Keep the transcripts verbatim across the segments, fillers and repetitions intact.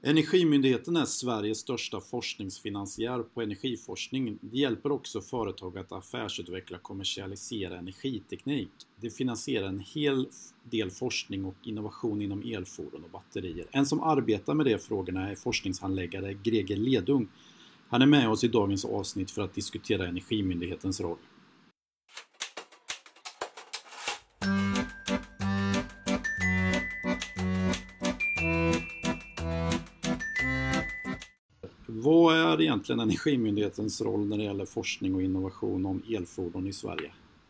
Energimyndigheten är Sveriges största forskningsfinansiär på energiforskning. Det hjälper också företag att affärsutveckla och kommersialisera energiteknik. Det finansierar en hel del forskning och innovation inom elfordon och batterier. En som arbetar med de frågorna är forskningshandläggare Greger Ledung. Han är med oss i dagens avsnitt för att diskutera Energimyndighetens roll. Vad är egentligen Energimyndighetens roll när det gäller forskning och innovation om elfordon i Sverige?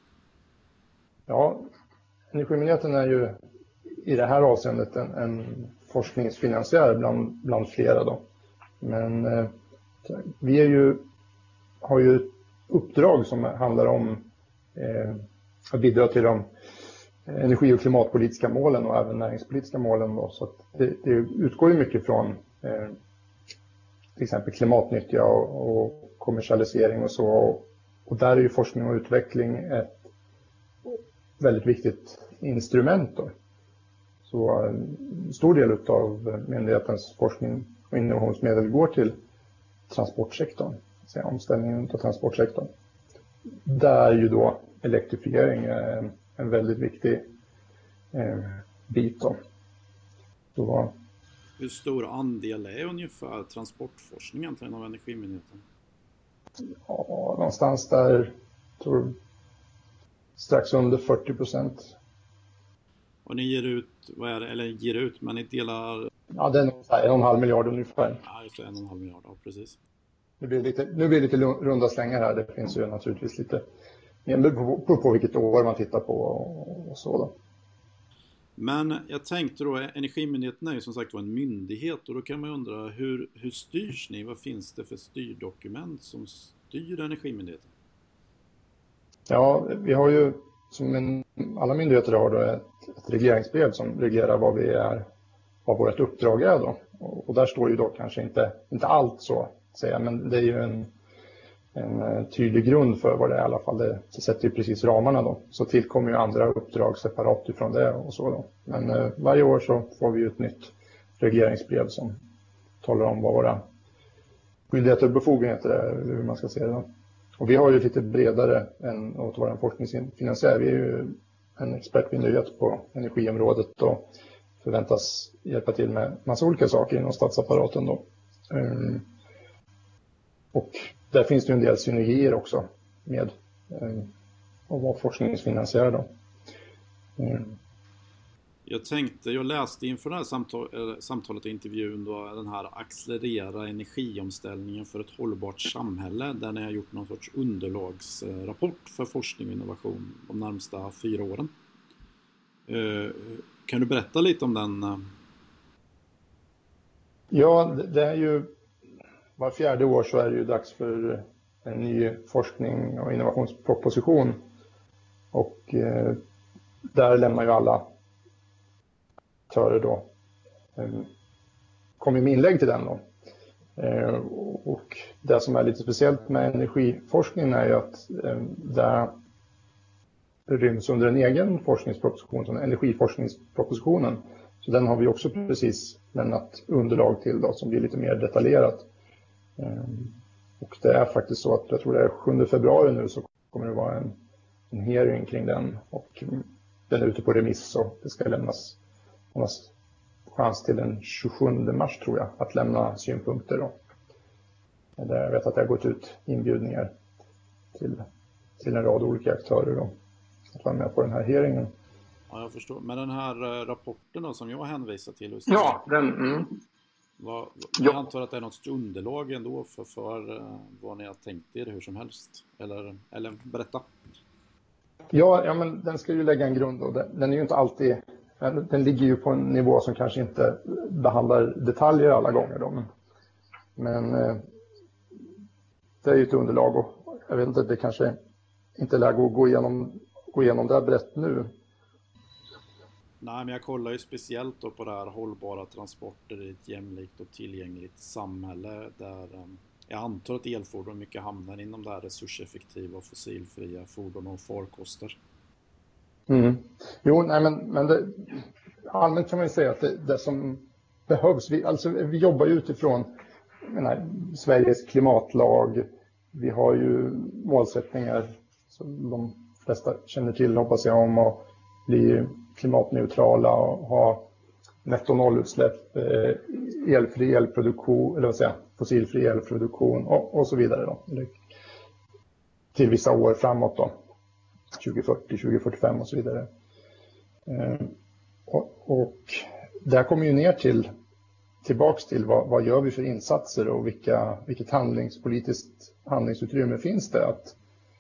Ja, Energimyndigheten är ju i det här avseendet en, en forskningsfinansiär bland, bland flera. Då. Men eh, vi är ju, har ju ett uppdrag som handlar om eh, att bidra till de energi- och klimatpolitiska målen och även näringspolitiska målen. Då. Så att det, det utgår ju mycket från eh, till exempel klimatnyttja och, och kommersialisering och så. Och, och där är ju forskning och utveckling ett väldigt viktigt instrument. Då. Så en stor del av myndighetens forskning och innovationsmedel går till transportsektorn, alltså omställningen av transportsektorn. Där ju då elektrifiering är en väldigt viktig eh, bit. Då. Så, Hur stor andel är ungefär transportforskning egentligen av Energimyndigheten? Ja, någonstans där tror jag, strax under fyrtio procent. Och ni ger ut, vad är det, eller ger ut, men ni delar... Ja, det är nog en och en halv miljard ungefär. Ja, just det, en och en halv miljard, ja, precis. Nu blir det lite, nu blir det lite runda slängar här, det finns ju naturligtvis lite, på, på, på vilket år man tittar på och, och så då. Men jag tänkte då, Energimyndigheten är ju som sagt en myndighet och då kan man ju undra hur, hur styrs ni? Vad finns det för styrdokument som styr Energimyndigheten? Ja, vi har ju som en, alla myndigheter har då ett, ett regleringsbrev som reglerar vad vi är, vad vårt uppdrag är då. Och, och där står ju då kanske inte, inte allt så att säga, men det är ju en, en tydlig grund för vad det är i alla fall. Det, det sätter ju precis ramarna då. Så tillkommer ju andra uppdrag separat ifrån det och så då. Men eh, varje år så får vi ju ett nytt regleringsbrev som talar om vad våra skyldigheter och befogenheter är, hur man ska se det då. Och vi har ju lite bredare än att vara en forskningsfinansiär. Vi är ju en expertmyndighet på energiområdet och förväntas hjälpa till med massa olika saker inom statsapparaten då. Um, och där finns det ju en del synergier också med um, att vara forskningsfinansiär då. Um. Jag tänkte, jag läste inför det här samtal, samtalet och intervjun då, den här accelerera energiomställningen för ett hållbart samhälle där ni har gjort någon sorts underlagsrapport för forskning och innovation de närmsta fyra åren. Kan du berätta lite om den? Ja, det är ju var fjärde år så är det ju dags för en ny forskning och innovationsproposition och eh, där lämnar ju alla aktörer då kommer med inlägg till den då. Eh, och det som är lite speciellt med energiforskningen är ju att eh, det ryms under en egen forskningsproposition, som energiforskningspropositionen. Så den har vi också precis lämnat underlag till då, som blir lite mer detaljerat. Och det är faktiskt så att jag tror det är sjunde februari nu så kommer det vara en, en hearing kring den. Och den är ute på remiss och det ska lämnas, lämnas chans till den tjugosjunde mars tror jag att lämna synpunkter då. Jag vet att det har gått ut inbjudningar till, till en rad olika aktörer då. Att vara med på den här hearingen. Ja, jag förstår. Men den här rapporten då, som jag hänvisar till. Just ja, den... Mm. Vad, jag antar att det är något underlag ändå för, för vad ni har tänkt er hur som helst. Eller, eller berätta. Ja, ja, men den ska ju lägga en grund. Och den, den är ju inte alltid... Den ligger ju på en nivå som kanske inte behandlar detaljer alla gånger. Då. Men, men det är ju ett underlag och jag vet inte, det kanske inte lär att gå igenom, gå igenom det här brett nu. Nej, men jag kollar ju speciellt då på det här hållbara transporter i ett jämlikt och tillgängligt samhälle där jag antar att elfordon mycket hamnar inom det här resurseffektiva och fossilfria fordon och farkoster. Mm. Jo, nej men, men det, allmänt kan man ju säga att det, det som behövs. Vi, alltså, vi jobbar ju utifrån jag menar, Sveriges klimatlag. Vi har ju målsättningar som de flesta känner till, hoppas jag, om att bli klimatneutrala och ha netto nollutsläpp, elfri elproduktion, eller vad säger, fossilfri elproduktion och, och så vidare då. Till vissa år framåt då, tjugo fyrtio, tjugo fyrtiofem och så vidare. Och, och där kommer ju ner till tillbaks till vad, vad gör vi för insatser och vilka, vilket handlingspolitiskt handlingsutrymme finns det att,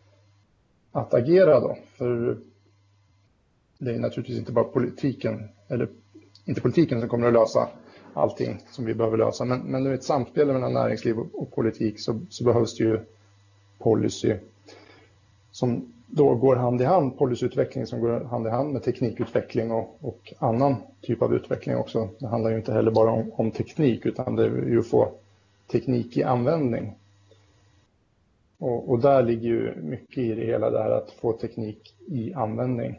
att agera då. För det är naturligtvis inte bara politiken, eller inte politiken som kommer att lösa allting som vi behöver lösa, men, men i ett samspel mellan näringsliv och, och politik så, så behövs det ju policy som då går hand i hand, policyutveckling som går hand i hand med teknikutveckling och, och annan typ av utveckling också. Det handlar ju inte heller bara om, om teknik, utan det är ju att få teknik i användning. Och, och där ligger ju mycket i det hela, det här att få teknik i användning.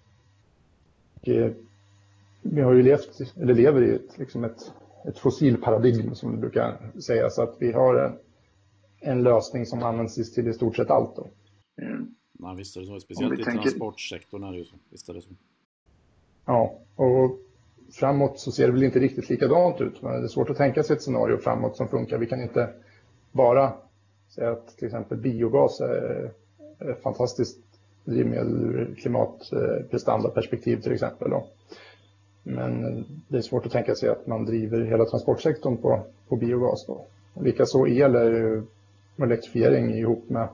Och, vi har ju levt, eller lever i ett, liksom ett, ett fossilparadigm som det brukar säga, så att vi har en, en lösning som används till i stort sett allt då. Mm. Nej, visst är det så. Speciellt i tänker... transportsektorn är det ju så. Visst är det så. Ja, och framåt så ser det väl inte riktigt likadant ut. Men det är svårt att tänka sig ett scenario framåt som funkar. Vi kan inte bara säga att till exempel biogas är ett fantastiskt drivmedel ur klimatprestandaperspektiv till exempel då. Men det är svårt att tänka sig att man driver hela transportsektorn på, på biogas då. Likaså el är ju elektrifiering ihop med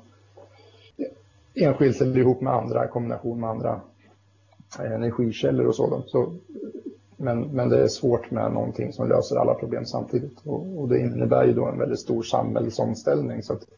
enskilt eller ihop med andra, kombination med andra energikällor och sådant. Så, men, men det är svårt med någonting som löser alla problem samtidigt. Och, och det innebär ju då en väldigt stor samhällsomställning. Så att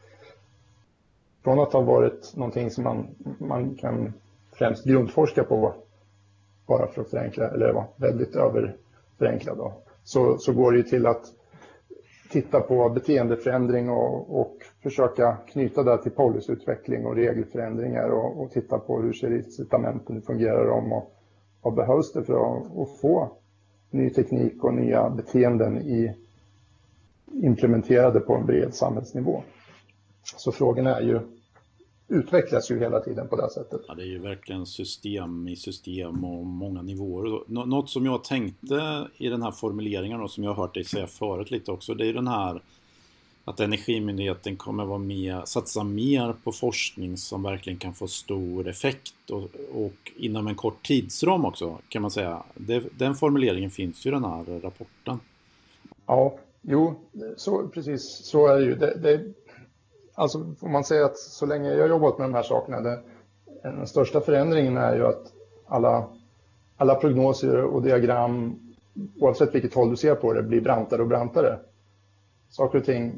från att ha varit någonting som man, man kan främst grundforska på, bara för att förenkla, eller vara väldigt överförenkla då, så, så går det ju till att titta på beteendeförändring och, och försöka knyta det till policyutveckling och regelförändringar och, och titta på hur ser incitamenten fungerar om och vad behövs det för att, att få ny teknik och nya beteenden i, implementerade på en bred samhällsnivå. Så frågan är ju, utvecklas ju hela tiden på det sättet. Ja, det är ju verkligen system i system och många nivåer. Något som jag tänkte i den här formuleringen och som jag har hört dig säga förut lite också, det är den här att Energimyndigheten kommer vara med, satsa mer på forskning som verkligen kan få stor effekt och, och inom en kort tidsram också, kan man säga. Det, den formuleringen finns ju i den här rapporten. Ja, jo, så, precis så är det ju. Det, det, alltså om man säger att så länge jag har jobbat med de här sakerna, det, den största förändringen är ju att alla, alla prognoser och diagram, oavsett vilket håll du ser på det, blir brantare och brantare. Saker och ting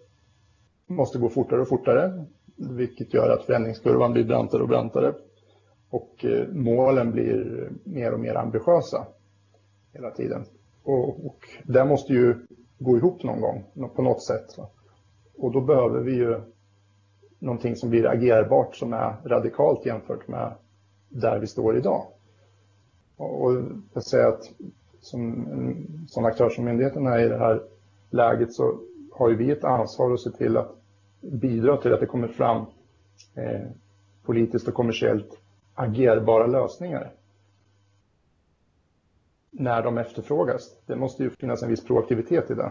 måste gå fortare och fortare, vilket gör att förändringskurvan blir brantare och brantare. Och målen blir mer och mer ambitiösa hela tiden. Och, och det måste ju gå ihop någon gång, på något sätt. Och då behöver vi ju någonting som blir agerbart, som är radikalt jämfört med där vi står idag. Och jag säger att som, som aktör som myndigheten är i det här läget, så har ju vi ett ansvar att se till att bidra till att det kommer fram eh, politiskt och kommersiellt agerbara lösningar när de efterfrågas. Det måste ju finnas en viss proaktivitet i det.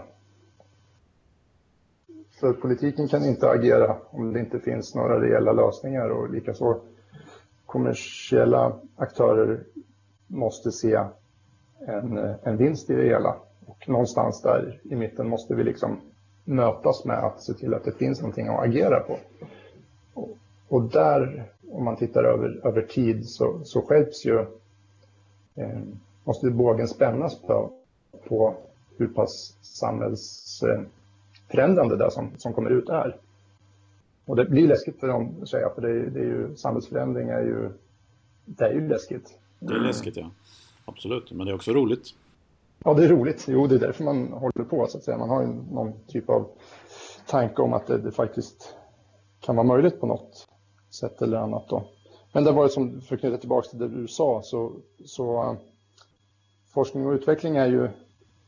För politiken kan inte agera om det inte finns några reella lösningar, och likaså kommersiella aktörer måste se en, en vinst i det hela. Och någonstans där i mitten måste vi liksom mötas med att se till att det finns någonting att agera på. Och, och där, om man tittar över, över tid, så, så skälps ju, eh, måste bågen spännas på, på hur pass samhällsförändrande det som, som kommer ut är. Och det blir läskigt för dem att säga, för det, det är ju, samhällsförändring är ju, det är ju läskigt. Det är läskigt, ja. Absolut, men det är också roligt. Ja, det är roligt. Jo, det är därför man håller på, så att säga. Man har ju någon typ av tanke om att det, det faktiskt kan vara möjligt på något sätt eller annat då. Men det var ju, som, för att knyta tillbaka till det du sa, så, så forskning och utveckling är ju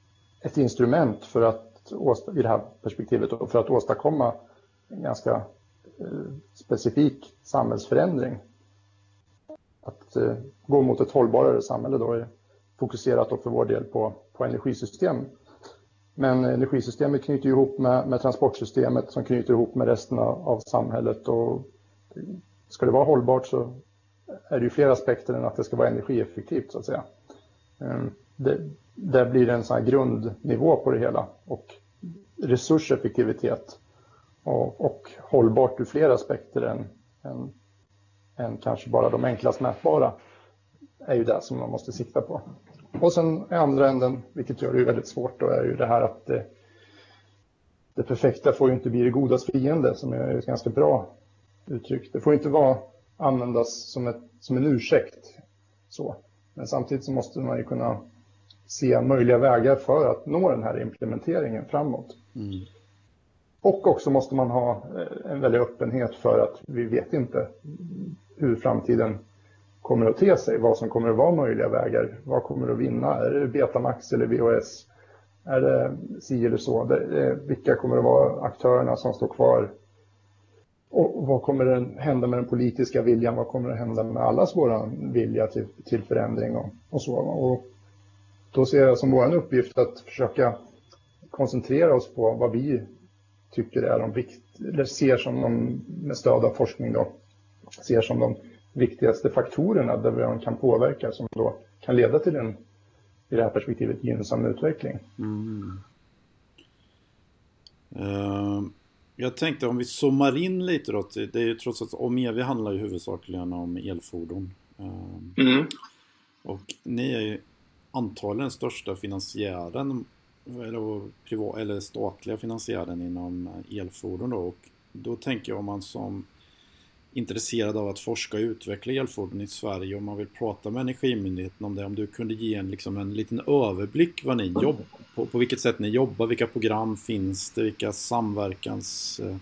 ett instrument för att, i det här perspektivet, för att åstadkomma en ganska specifik samhällsförändring. Att gå mot ett hållbarare samhälle då är fokuserat då för vår del på, på energisystem. Men energisystemet knyter ihop med, med transportsystemet som knyter ihop med resten av, av samhället. Och ska det vara hållbart så är det ju fler aspekter än att det ska vara energieffektivt så att säga. Det, det blir en sån här grundnivå på det hela. Och resurseffektivitet och, och hållbart ur fler aspekter än, än, än kanske bara de enklast mätbara är ju det som man måste sikta på. Och sen i andra änden, vilket gör det väldigt svårt, då är ju det här att det, det perfekta får ju inte bli det godas fiende, som är ett ganska bra uttryck. Det får inte vara användas som, ett, som en ursäkt. Så. Men samtidigt så måste man ju kunna se möjliga vägar för att nå den här implementeringen framåt. Mm. Och också måste man ha en väldig öppenhet för att vi vet inte hur framtiden kommer att te sig, vad som kommer att vara möjliga vägar, vad kommer att vinna, är det Betamax eller V H S, är det si eller så, det, vilka kommer att vara aktörerna som står kvar och vad kommer att hända med den politiska viljan, vad kommer att hända med allas våra vilja till, till förändring och, och så. Och då ser jag som vår uppgift att försöka koncentrera oss på vad vi tycker är de vikt, eller ser som de, med stöd av forskning då, ser som de viktigaste faktorerna där vi kan påverka, som då kan leda till en, i det här perspektivet, gynnsam utveckling. Mm. Uh, jag tänkte om vi zoomar in lite då, det är ju trots att om E V handlar ju huvudsakligen om elfordon. Uh, mm. Och ni är ju antagligen den största finansiären eller, privat, eller statliga finansiären inom elfordon då, och då tänker jag om man som intresserad av att forska och utveckla elfordon i Sverige, om man vill prata med Energimyndigheten om det, om du kunde ge en, liksom en liten överblick vad ni jobbar på, på vilket sätt ni jobbar, vilka program finns det, vilka samverkans eh,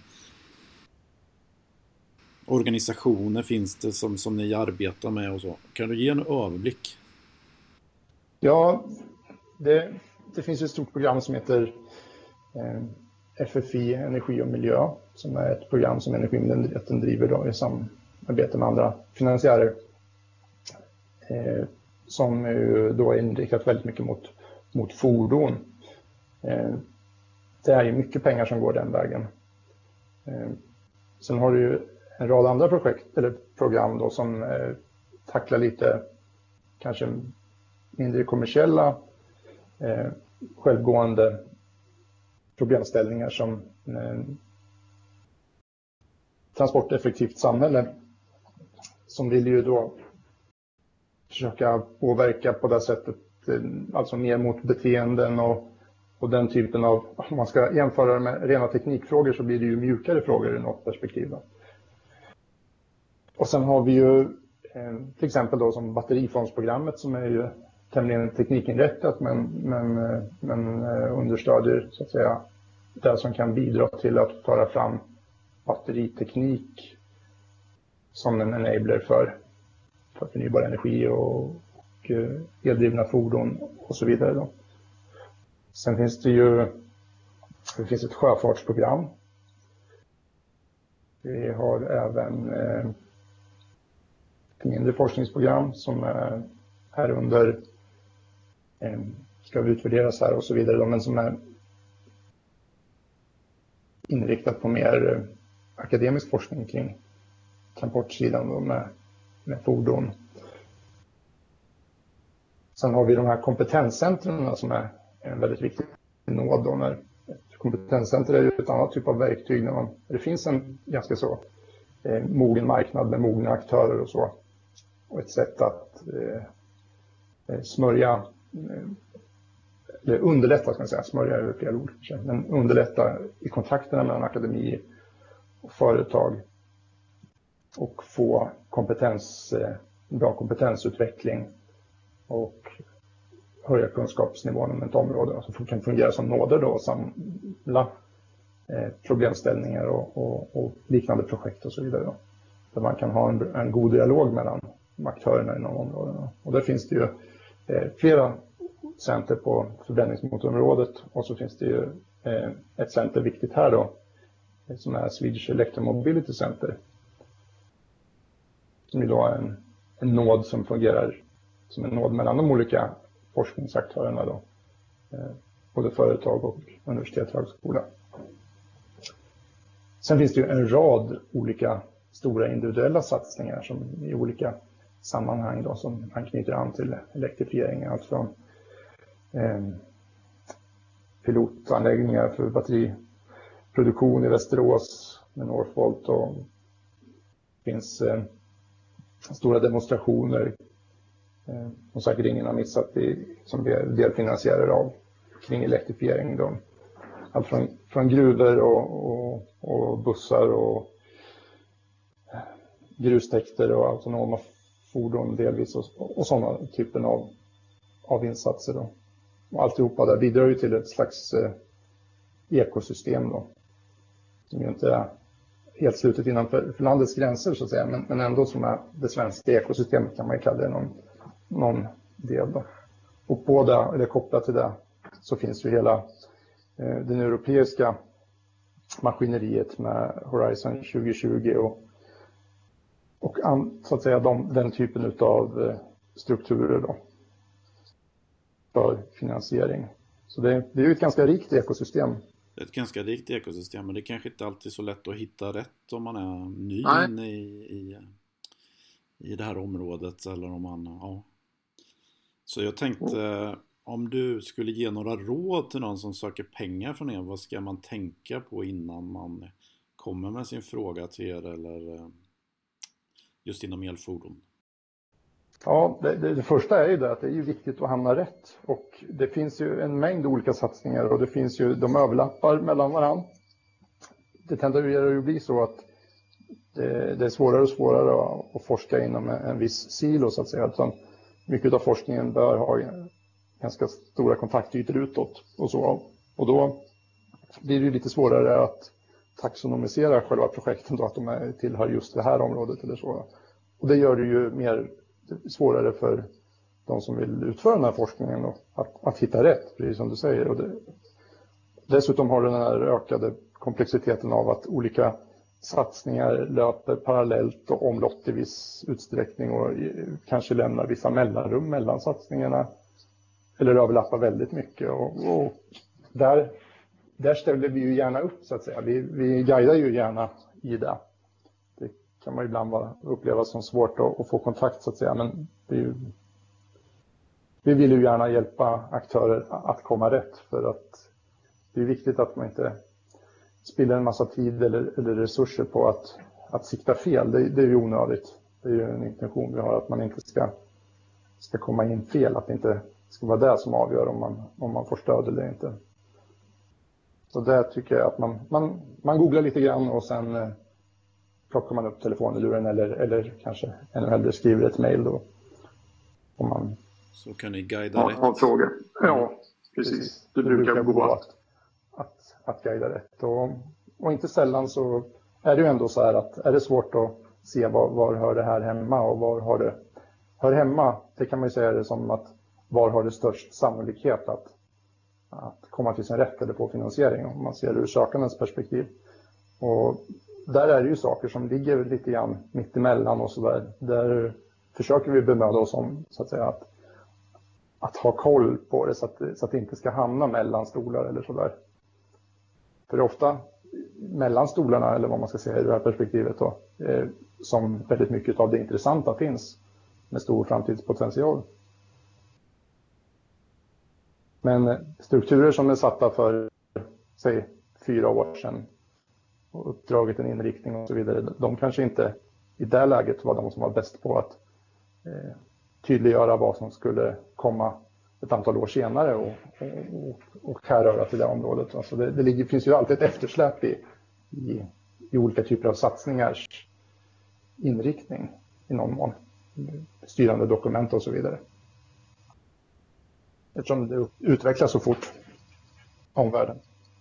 organisationer finns det som, som ni arbetar med och så. Kan du ge en överblick? Ja, det, det finns ett stort program som heter eh, F F I, Energi och miljö, som är ett program som Energimyndigheten driver då i samarbete med andra finansiärer, eh, som ju då är inriktat väldigt mycket mot, mot fordon. Eh, det är ju mycket pengar som går den vägen. Eh, sen har du ju en rad andra projekt eller program då som eh, tacklar lite kanske mindre kommersiella eh, självgående problemställningar som eh, transporteffektivt samhälle, som vill ju då försöka påverka på det sättet, eh, alltså mer mot beteenden och, och den typen av, om man ska jämföra det med rena teknikfrågor så blir det ju mjukare frågor i något perspektiv då. Och sen har vi ju eh, till exempel då som batterifondsprogrammet, som är ju tämligen teknikinrättat men, men, men understödjer så att säga det som kan bidra till att föra fram batteriteknik som en enabler för, för förnybar energi och, och eldrivna fordon och så vidare då. Sen finns det ju det finns ett sjöfartsprogram. Vi har även eh, ett mindre forskningsprogram som är, är under ska utvärderas här och så vidare, men som är inriktat på mer akademisk forskning kring transportsidan då med, med fordon. Sen har vi de här kompetenscentren som är en väldigt viktig nåd då, när ett kompetenscenter är ju ett annat typ av verktyg när man, det finns en ganska så eh, mogen marknad med mogna aktörer och så, och ett sätt att eh, smörja eller underlätta, ska man säga, smörja över flera ord, men underlätta i kontakterna mellan akademi och företag och få kompetens, bra kompetensutveckling och höja kunskapsnivån om ett område, alltså för att kan fungera som nåder då och samla problemställningar och, och, och liknande projekt och så vidare då. Där man kan ha en, en god dialog mellan aktörerna inom områdena. Och där finns det ju eh, flera center på förbränningsmotorområdet, och så finns det ju eh, ett center viktigt här då som är Swedish Electromobility Center, som ju då är en, en nod som fungerar som en nod mellan de olika forskningsaktörerna då, eh, både företag och universitet och högskola. Sen finns det ju en rad olika stora individuella satsningar som i olika sammanhang då, som anknyter an till elektrifiering, allt från eh, pilotanläggningar för batteriproduktion i Västerås med Northvolt, och det finns eh, stora demonstrationer eh, som säkert ingen har missat i, som vi är delfinansiärer av kring elektrifiering då. Allt från, från gruvor och, och, och bussar och grustäkter och autonoma fordon delvis och, och sådana typen av, av insatser då. Och alltihopa där bidrar ju till ett slags eh, ekosystem då, som ju inte är helt slutet innanför för landets gränser så att säga, men, men ändå som är det svenska ekosystemet, kan man ju kalla det någon, någon del då. Och på det, eller kopplat till det, så finns ju hela eh, den europeiska maskineriet med Horizon tjugo tjugo och, och an, så att säga de, den typen av eh, strukturer då för finansiering. Så det, det är ju ett ganska rikt ekosystem. Det är ett ganska rikt ekosystem, men det är kanske inte alltid så lätt att hitta rätt om man är ny inne i, i, i det här området, eller om man, ja. Så jag tänkte, om du skulle ge några råd till någon som söker pengar från er, vad ska man tänka på innan man kommer med sin fråga till er, eller just inom elfordon? Ja, det, det, det första är ju det att det är ju viktigt att hamna rätt, och det finns ju en mängd olika satsningar och det finns ju, de överlappar mellan varandra. Det tenderar ju att bli så att det, det är svårare och svårare att, att forska inom en, en viss silo så att säga, utan mycket av forskningen bör ha ganska stora kontaktytor utåt och så, och då blir det ju lite svårare att taxonomisera själva projekten då, att de är, tillhör just det här området eller så. Och det gör det ju mer svårare för de som vill utföra den här forskningen då, att, att hitta rätt, precis som du säger. Och det, dessutom har den här ökade komplexiteten av att olika satsningar löper parallellt och omlott i viss utsträckning och kanske lämnar vissa mellanrum mellan satsningarna eller överlappar väldigt mycket. Och, och där, där ställer vi ju gärna upp så att säga. Vi, vi guidar ju gärna i det. Det kan man ibland vara, uppleva som svårt att, att få kontakt så att säga, men det är ju, vi vill ju gärna hjälpa aktörer att komma rätt, för att det är viktigt att man inte spiller en massa tid eller, eller resurser på att, att sikta fel. Det, det är ju onödigt. Det är ju en intention vi har, att man inte ska, ska komma in fel, att det inte ska vara det som avgör om man, om man får stöd eller inte. Så där tycker jag att man, man, man googlar lite grann och sen eh, plockar man upp telefonluren eller, eller kanske ännu hellre skriver ett mejl då. Om man så kan ni guida ja, rätt. Har frågor. Ja, precis. precis. Det, det brukar, brukar gå att, att, att guida rätt. Och, och inte sällan så är det ju ändå så här att är det svårt att se var, var hör det här hemma och var har det hör hemma. Det kan man ju säga det som att var har det störst sannolikhet att, att komma till sin rätt eller få finansiering, om man ser det ur sökandens perspektiv. Och där är det ju saker som ligger lite grann mitt emellan och så där. Där försöker vi bemöda oss om så att säga att, att ha koll på det så att, så att det inte ska hamna mellan stolar eller så där. För det är ofta mellan stolarna, eller vad man ska säga i det här perspektivet då, eh, som väldigt mycket av det intressanta finns med stor framtidspotential. Men strukturer som är satta för, säg, fyra år sedan och uppdraget, en inriktning och så vidare, de kanske inte i det läget var de som var bäst på att eh, tydliggöra vad som skulle komma ett antal år senare och, och, och härröra till det området. Alltså det, det ligger, finns ju alltid ett eftersläp i, i, i olika typer av satsningars inriktning i någon mån, styrande dokument och så vidare. Eftersom det utvecklas så fort omvärlden.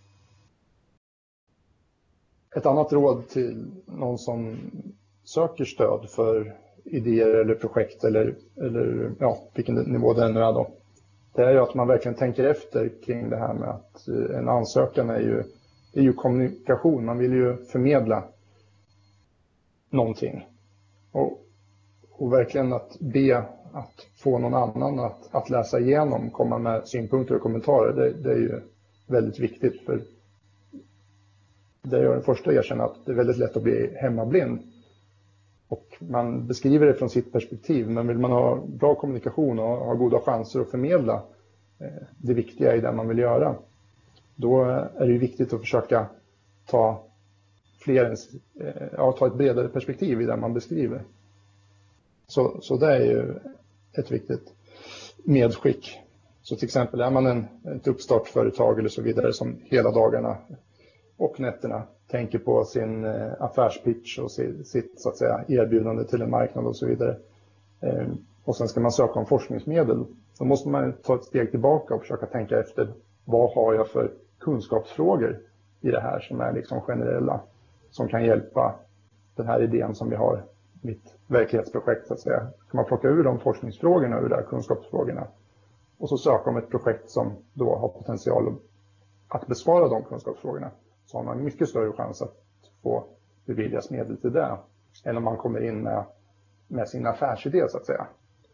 Ett annat råd till någon som söker stöd för idéer eller projekt eller, eller ja, vilken nivå det nu är då, det är ju att man verkligen tänker efter kring det här med att en ansökan är ju, det är ju kommunikation. Man vill ju förmedla någonting. Och, och verkligen att be att få någon annan att, att läsa igenom, komma med synpunkter och kommentarer, det, det är ju väldigt viktigt. För det är ju den första att erkänna att det är väldigt lätt att bli hemmablind. Och man beskriver det från sitt perspektiv, men vill man ha bra kommunikation och ha goda chanser att förmedla det viktiga i det man vill göra, då är det ju viktigt att försöka ta, fler, ja, ta ett bredare perspektiv i det man beskriver. Så, så det är ju ett viktigt medskick. Så till exempel är man en, ett uppstartsföretag eller så vidare som hela dagarna och nätterna tänker på sin affärspitch och sitt så att säga erbjudande till en marknad och så vidare. Och sen ska man söka om forskningsmedel. Då måste man ta ett steg tillbaka och försöka tänka efter, vad har jag för kunskapsfrågor i det här som är liksom generella, som kan hjälpa den här idén som vi har, mitt verklighetsprojekt så att säga. Kan man plocka ur de forskningsfrågorna ur de här kunskapsfrågorna och så söka om ett projekt som då har potential att besvara de kunskapsfrågorna, så har man mycket större chans att få beviljas medel till det än om man kommer in med, med sin affärsidé så att säga.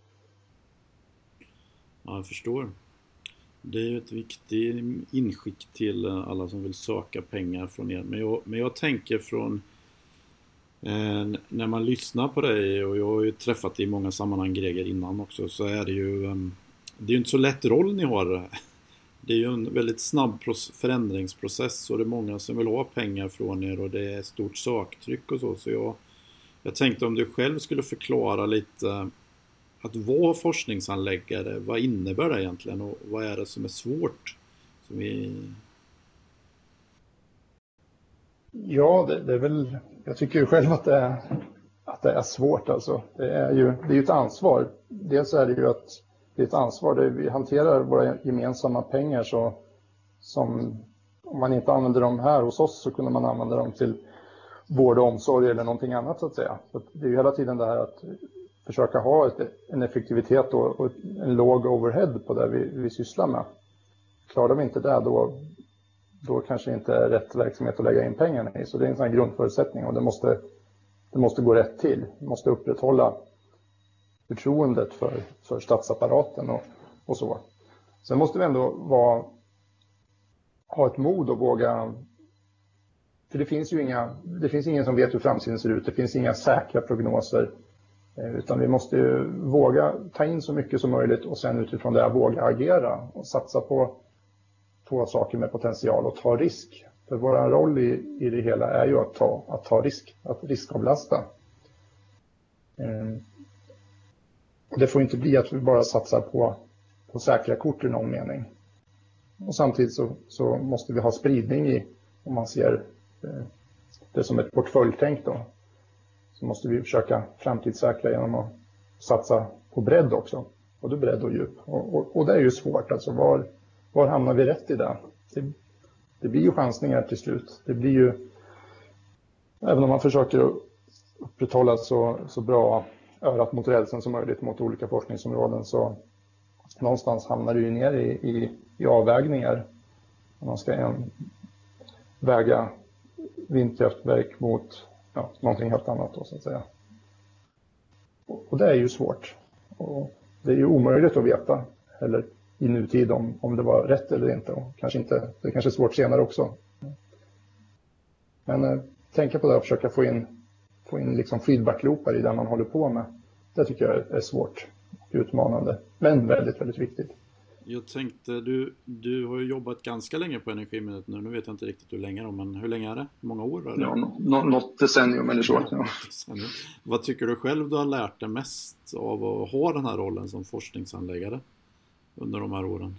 Ja, jag förstår. Det är ju ett viktigt inskick till alla som vill söka pengar från er. Men jag, men jag tänker från eh, när man lyssnar på dig, och jag har ju träffat dig i många sammanhang Greger innan också, så är det ju um, det är ju inte så lätt roll ni har. Det är ju en väldigt snabb förändringsprocess och det är många som vill ha pengar från er och det är stort söktryck och så. Så jag, jag tänkte om du själv skulle förklara lite att vara forskningsanläggare, vad innebär det egentligen och vad är det som är svårt? Som vi... Ja, det, det är väl, jag tycker ju själv att det är, att det är svårt alltså. Det är ju det är ju ett ansvar. Dels är det ju att det är ett ansvar där vi hanterar våra gemensamma pengar, så som om man inte använder dem här hos oss så kunde man använda dem till vård och omsorg eller någonting annat så att säga. Så det är ju hela tiden det här att försöka ha ett, en effektivitet och, och en låg overhead på det vi, vi sysslar med. Klarar vi inte det, då, då kanske inte är rätt verksamhet att lägga in pengarna i. Så det är en sån här grundförutsättning och det måste, det måste gå rätt till. Vi måste upprätthålla förtroendet för, för statsapparaten och, och så. Sen måste vi ändå vara, ha ett mod och våga, för det finns ju inga, det finns ingen som vet hur framtiden ser ut. Det finns inga säkra prognoser. Utan vi måste ju våga ta in så mycket som möjligt och sen utifrån det våga agera och satsa på, på saker med potential och ta risk. För vår roll i, i det hela är ju att ta, att ta risk, att riskavlasta. Mm. Det får inte bli att vi bara satsar på, på säkra kort i någon mening. Och samtidigt så, så måste vi ha spridning i, om man ser eh, det som ett portföljtänk då. Så måste vi försöka framtidssäkra genom att satsa på bredd också. Både bredd och djup. Och, och, och det är ju svårt. Alltså var, var hamnar vi rätt i det? det? Det blir ju chansningar till slut. Det blir ju, även om man försöker upprätthålla så, så bra örat mot rälsen som möjligt mot olika forskningsområden, så någonstans hamnar det ju ner i, i, i avvägningar. Man ska en, väga vindkraftverk mot ja, någonting helt annat då, så att säga. Och, och det är ju svårt. Och det är ju omöjligt att veta eller i nutid om, om det var rätt eller inte. Och kanske inte. Det är kanske är svårt senare också. Men eh, tänka på det och försöka få in, få in liksom feedbackloopar i det man håller på med. Det tycker jag är svårt och utmanande. Men väldigt, väldigt viktigt. Jag tänkte, du, du har ju jobbat ganska länge på Energimyndigheten nu. Nu vet jag inte riktigt hur länge då, men hur länge är det? Många år? Eller? Ja, no, något decennium eller så. Ja. Decennium. Vad tycker du själv du har lärt dig mest av att ha den här rollen som forskningsanläggare under de här åren?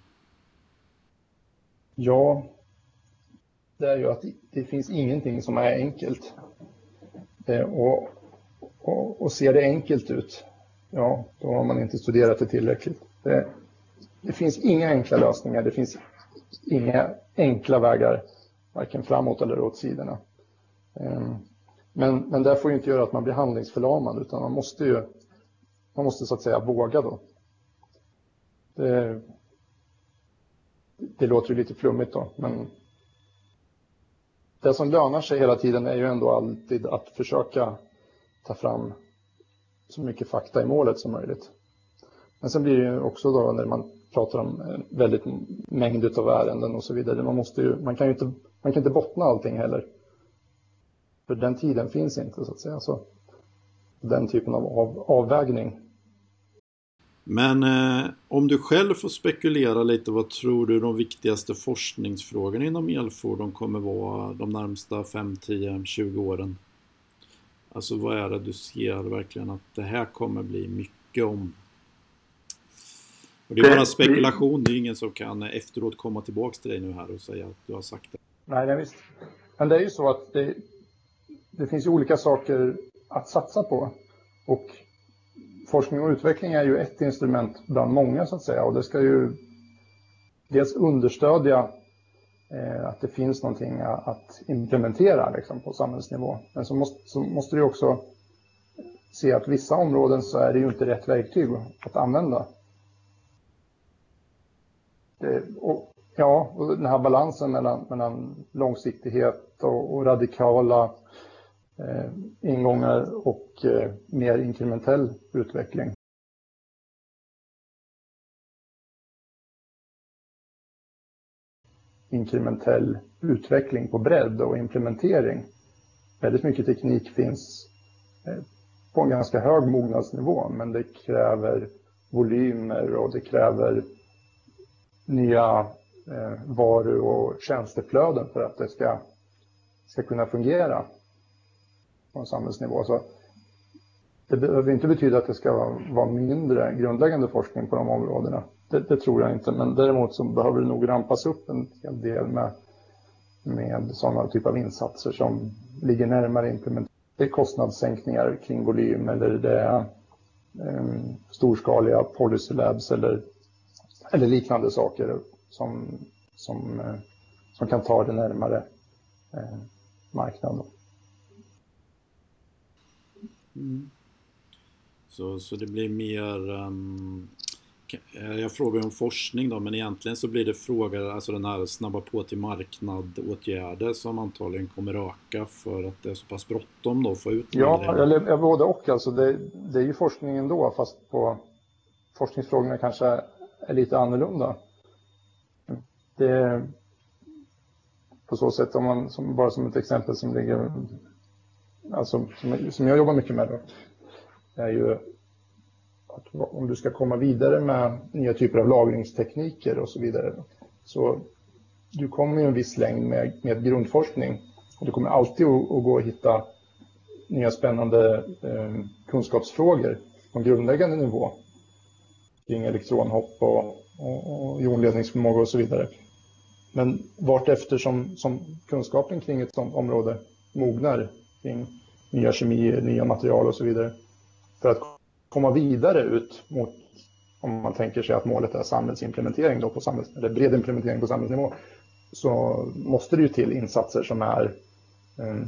Ja, det är ju att det finns ingenting som är enkelt. Och, och, och ser det enkelt ut, ja, då har man inte studerat det tillräckligt. Det, Det finns inga enkla lösningar, det finns inga enkla vägar, varken framåt eller åt sidorna. Men, men det får ju inte göra att man blir handlingsförlamad, utan man måste ju, man måste så att säga våga då. Det, det låter ju lite flummigt då, men det som lönar sig hela tiden är ju ändå alltid att försöka ta fram så mycket fakta i målet som möjligt. Men sen blir det ju också då när man pratar om väldigt mängd av ärenden och så vidare. Man, måste ju, man, kan ju inte, man kan inte bottna allting heller. För den tiden finns inte så att säga. Så den typen av av, avvägning. Men eh, om du själv får spekulera lite, vad tror du de viktigaste forskningsfrågorna inom elfordon kommer vara de närmsta fem, tio, tjugo åren? Alltså vad är det du ser verkligen att det här kommer bli mycket om? Och det är bara spekulation, det är ingen som kan efteråt komma tillbaka till dig nu här och säga att du har sagt det. Nej, det är visst. Men det är ju så att det, det finns ju olika saker att satsa på. Och forskning och utveckling är ju ett instrument bland många så att säga. Och det ska ju dels understödja eh, att det finns någonting att implementera liksom, på samhällsnivå. Men så måste, så måste du också se att vissa områden så är det ju inte rätt verktyg att använda. Det, och, ja, och den här balansen mellan, mellan långsiktighet och, och radikala eh, ingångar och eh, mer inkrementell utveckling. Inkrementell utveckling på bredd och implementering. Väldigt mycket teknik finns eh, på en ganska hög mognadsnivå, men det kräver volymer och det kräver nya eh, varu- och tjänsteflöden för att det ska, ska kunna fungera på en samhällsnivå. Så det behöver inte betyda att det ska vara mindre grundläggande forskning på de områdena. Det, det tror jag inte, men däremot så behöver det nog rampas upp en hel del med, med sådana typer av insatser som ligger närmare implementering. Det är kostnadssänkningar kring volym eller det är eh, storskaliga policy labs eller eller liknande saker som, som, som kan ta det närmare eh, marknaden. Mm. Så, så det blir mer, um, jag frågar om forskning då, men egentligen så blir det frågor, alltså den här snabba på till marknad-åtgärder som antagligen kommer öka för att det är så pass bråttom då att få ut. Ja, eller både och, alltså det, det är ju forskningen då, fast på forskningsfrågorna kanske är lite annorlunda. Det är på så sätt, om man, som, bara som ett exempel som ligger, alltså som, som jag jobbar mycket med då, är ju att om du ska komma vidare med nya typer av lagringstekniker och så vidare, så du kommer ju en viss längd med, med grundforskning och det kommer alltid att, att gå att hitta nya spännande eh, kunskapsfrågor på en grundläggande nivå kring elektronhopp och, och, och jonledningsförmåga och så vidare. Men vart efter som, som kunskapen kring ett sådant område mognar kring nya kemier, nya material och så vidare, för att komma vidare ut mot, om man tänker sig att målet är samhällsimplementering då på samhälls, eller bred implementering på samhällsnivå, så måste det ju till insatser som är eh,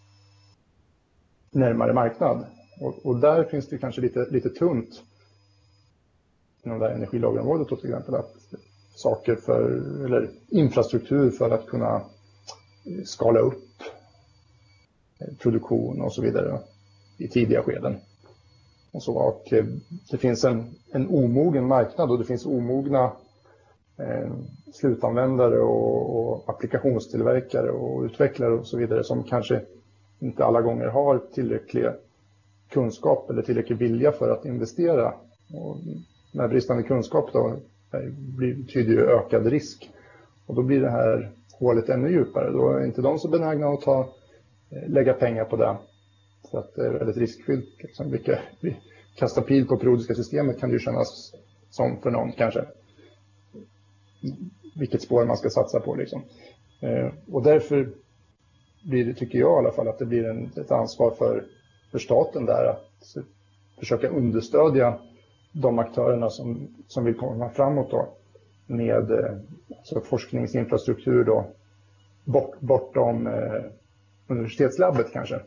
närmare marknad. Och, och där finns det kanske lite, lite tunt inom det här energilagerområdet till exempel, att saker för, eller infrastruktur för att kunna skala upp produktion och så vidare i tidiga skeden. Och, så, och det finns en, en omogen marknad och det finns omogna eh, slutanvändare och, och applikationstillverkare och utvecklare och så vidare som kanske inte alla gånger har tillräcklig kunskap eller tillräcklig vilja för att investera. Och med bristande kunskap då betyder ju ökad risk. Och då blir det här hålet ännu djupare. Då är inte de så benägna att ta, lägga pengar på det. Så att det är väldigt riskfyllt. Liksom, vilka, kasta pil på periodiska systemet kan det ju kännas som för någon kanske. Vilket spår man ska satsa på liksom. Och därför blir det, tycker jag i alla fall, att det blir en, ett ansvar för, för staten där att försöka understödja de aktörerna som, som vill komma framåt då, med alltså forskningsinfrastruktur då, bort, bortom eh, universitetslabbet kanske.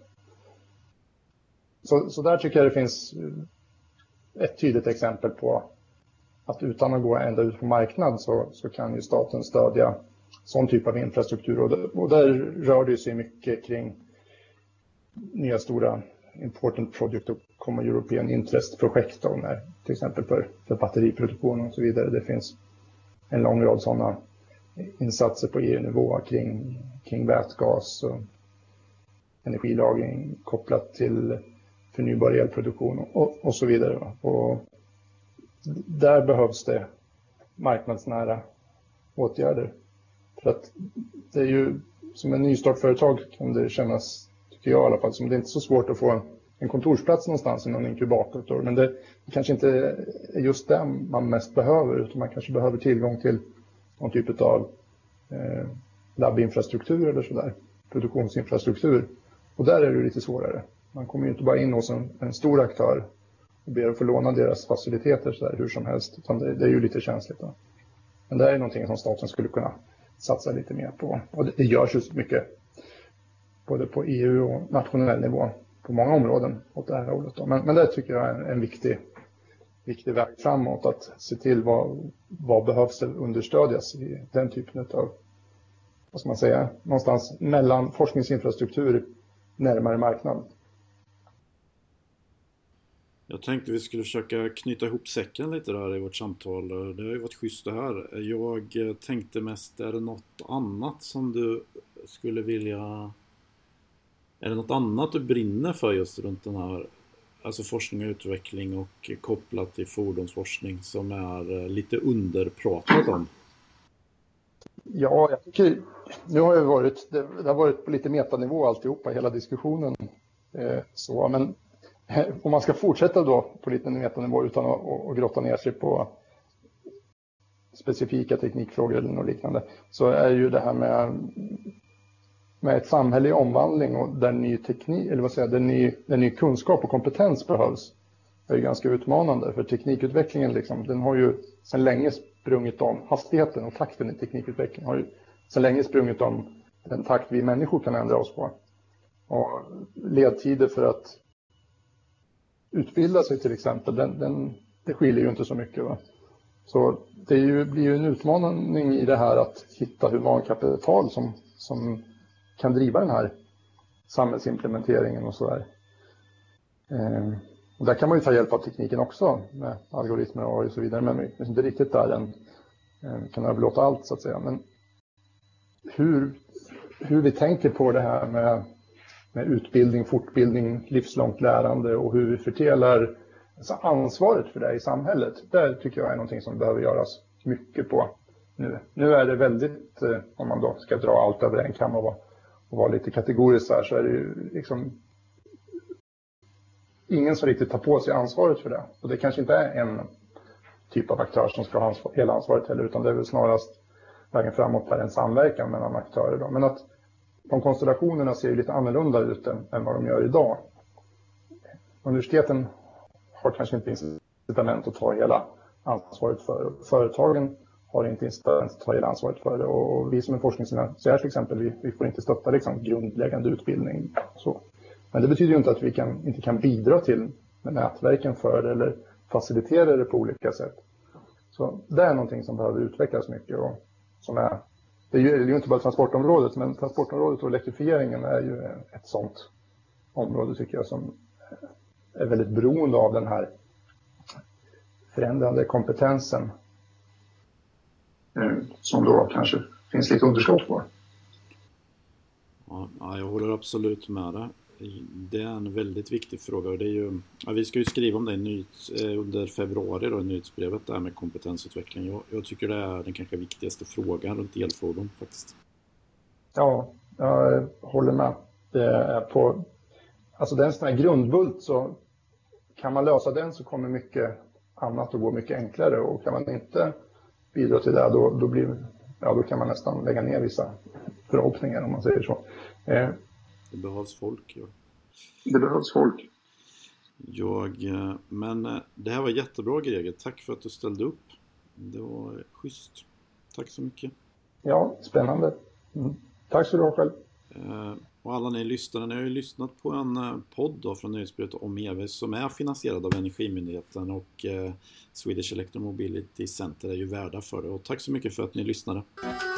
Så, så där tycker jag det finns ett tydligt exempel på att utan att gå ända ut på marknad så, så kan ju staten stödja sån typ av infrastruktur. Och, det, och där rör det sig mycket kring nya stora Important Project och Common European Interest-projekt, till exempel för, för batteriproduktion och så vidare. Det finns en lång rad sådana insatser på E U-nivå kring, kring vätgas och energilagring kopplat till förnybar elproduktion och, och så vidare. Och där behövs det marknadsnära åtgärder. För att det är ju, som en nystartföretag kan det kännas, tycker jag i alla fall, som det är inte så svårt att få en, en kontorsplats någonstans i någon inkubator. Men det, det kanske inte är just det man mest behöver, utan man kanske behöver tillgång till någon typ av eh, labbinfrastruktur eller sådär, produktionsinfrastruktur. Och där är det lite svårare. Man kommer ju inte bara in hos en, en stor aktör och ber att få låna deras faciliteter så där, hur som helst, utan det, det är ju lite känsligt då. Men det är någonting som staten skulle kunna satsa lite mer på. Och det, det görs ju mycket både på E U och nationell nivå på många områden åt det här hållet då. Men, men det tycker jag är en, en viktig, viktig väg framåt, att se till vad, vad behövs det understödjas i den typen av, vad ska man säga, någonstans mellan forskningsinfrastruktur närmare marknad. Jag tänkte vi skulle försöka knyta ihop säcken lite där i vårt samtal. Det har ju varit schysst det här. Jag tänkte mest, är det något annat som du skulle vilja... Är det något annat du brinner för just runt den här, alltså forskning och utveckling och kopplat till fordonsforskning, som är lite underpratat om? Ja, jag tycker, nu har jag varit, det, det har varit på lite metanivå alltihopa, hela diskussionen. Eh, så, men om man ska fortsätta då på lite metanivå utan att, att grotta ner sig på specifika teknikfrågor eller något liknande, så är ju det här med, med ett samhälle i omvandling och där ny teknik, eller vad säger jag, där ny, där ny kunskap och kompetens behövs, är ju ganska utmanande. För teknikutvecklingen liksom, den har ju sedan länge sprungit om, hastigheten och takten i teknikutvecklingen har ju sedan länge sprungit om den takt vi människor kan ändra oss på. Och ledtider för att utbilda sig till exempel, den, den, det skiljer ju inte så mycket. Va? Så det är ju, blir ju en utmaning i det här att hitta humankapital som, som kan driva den här samhällsimplementeringen och sådär. Eh, och där kan man ju ta hjälp av tekniken också med algoritmer och så vidare, men det är inte riktigt där den eh, kan överlåta allt så att säga. Men hur, hur vi tänker på det här med med utbildning, fortbildning, livslångt lärande och hur vi fördelar alltså ansvaret för det i samhället. Det tycker jag är någonting som behöver göras mycket på nu. Nu är det väldigt, om man då ska dra allt över en kam och vara, och vara lite kategoriskt här, så är det ju liksom ingen som riktigt tar på sig ansvaret för det. Och det kanske inte är en typ av aktör som ska ha ansvar, hela ansvaret heller, utan det är väl snarast vägen framåt där en samverkan mellan aktörer då. Men att de konstellationerna ser lite annorlunda ut än, än vad de gör idag. Universiteten har kanske inte incitament att ta hela ansvaret för. Företagen har inte incitament att ta hela ansvaret för det. Och vi som är forskningsfinansiärer till exempel, vi, vi får inte stötta liksom, grundläggande utbildning. Så. Men det betyder ju inte att vi kan, inte kan bidra till med nätverken för det eller facilitera det på olika sätt. Så det är någonting som behöver utvecklas mycket och som är... Det är ju inte bara transportområdet, men transportområdet och elektrifieringen är ju ett sånt område tycker jag som är väldigt beroende av den här förändrande kompetensen som då kanske finns lite underskott på. Ja, jag håller absolut med det. Det är en väldigt viktig fråga. Och det är ju, ja, vi ska ju skriva om det nyhets, under februari då, i nyhetsbrevet där med kompetensutveckling. Jag, jag tycker det är den kanske viktigaste frågan runt elfordon faktiskt. Ja, jag håller med. Det är på, alltså det är en sån här grundbult, så kan man lösa den så kommer mycket annat att gå mycket enklare, och kan man inte bidra till det då, då, blir, ja, då kan man nästan lägga ner vissa förhoppningar om man säger så. Eh, Det behövs folk. Ja. Det behövs folk. Jag, men det här var jättebra Greger. Tack för att du ställde upp. Det var schysst. Tack så mycket. Ja, spännande. Mm. Tack så du ha själv. Och alla ni lyssnare, ni har ju lyssnat på en eh, podd då från Nyhetsbrevet om E V som är finansierad av Energimyndigheten, och eh, Swedish Electromobility Center är ju värda för det. Och tack så mycket för att ni lyssnade.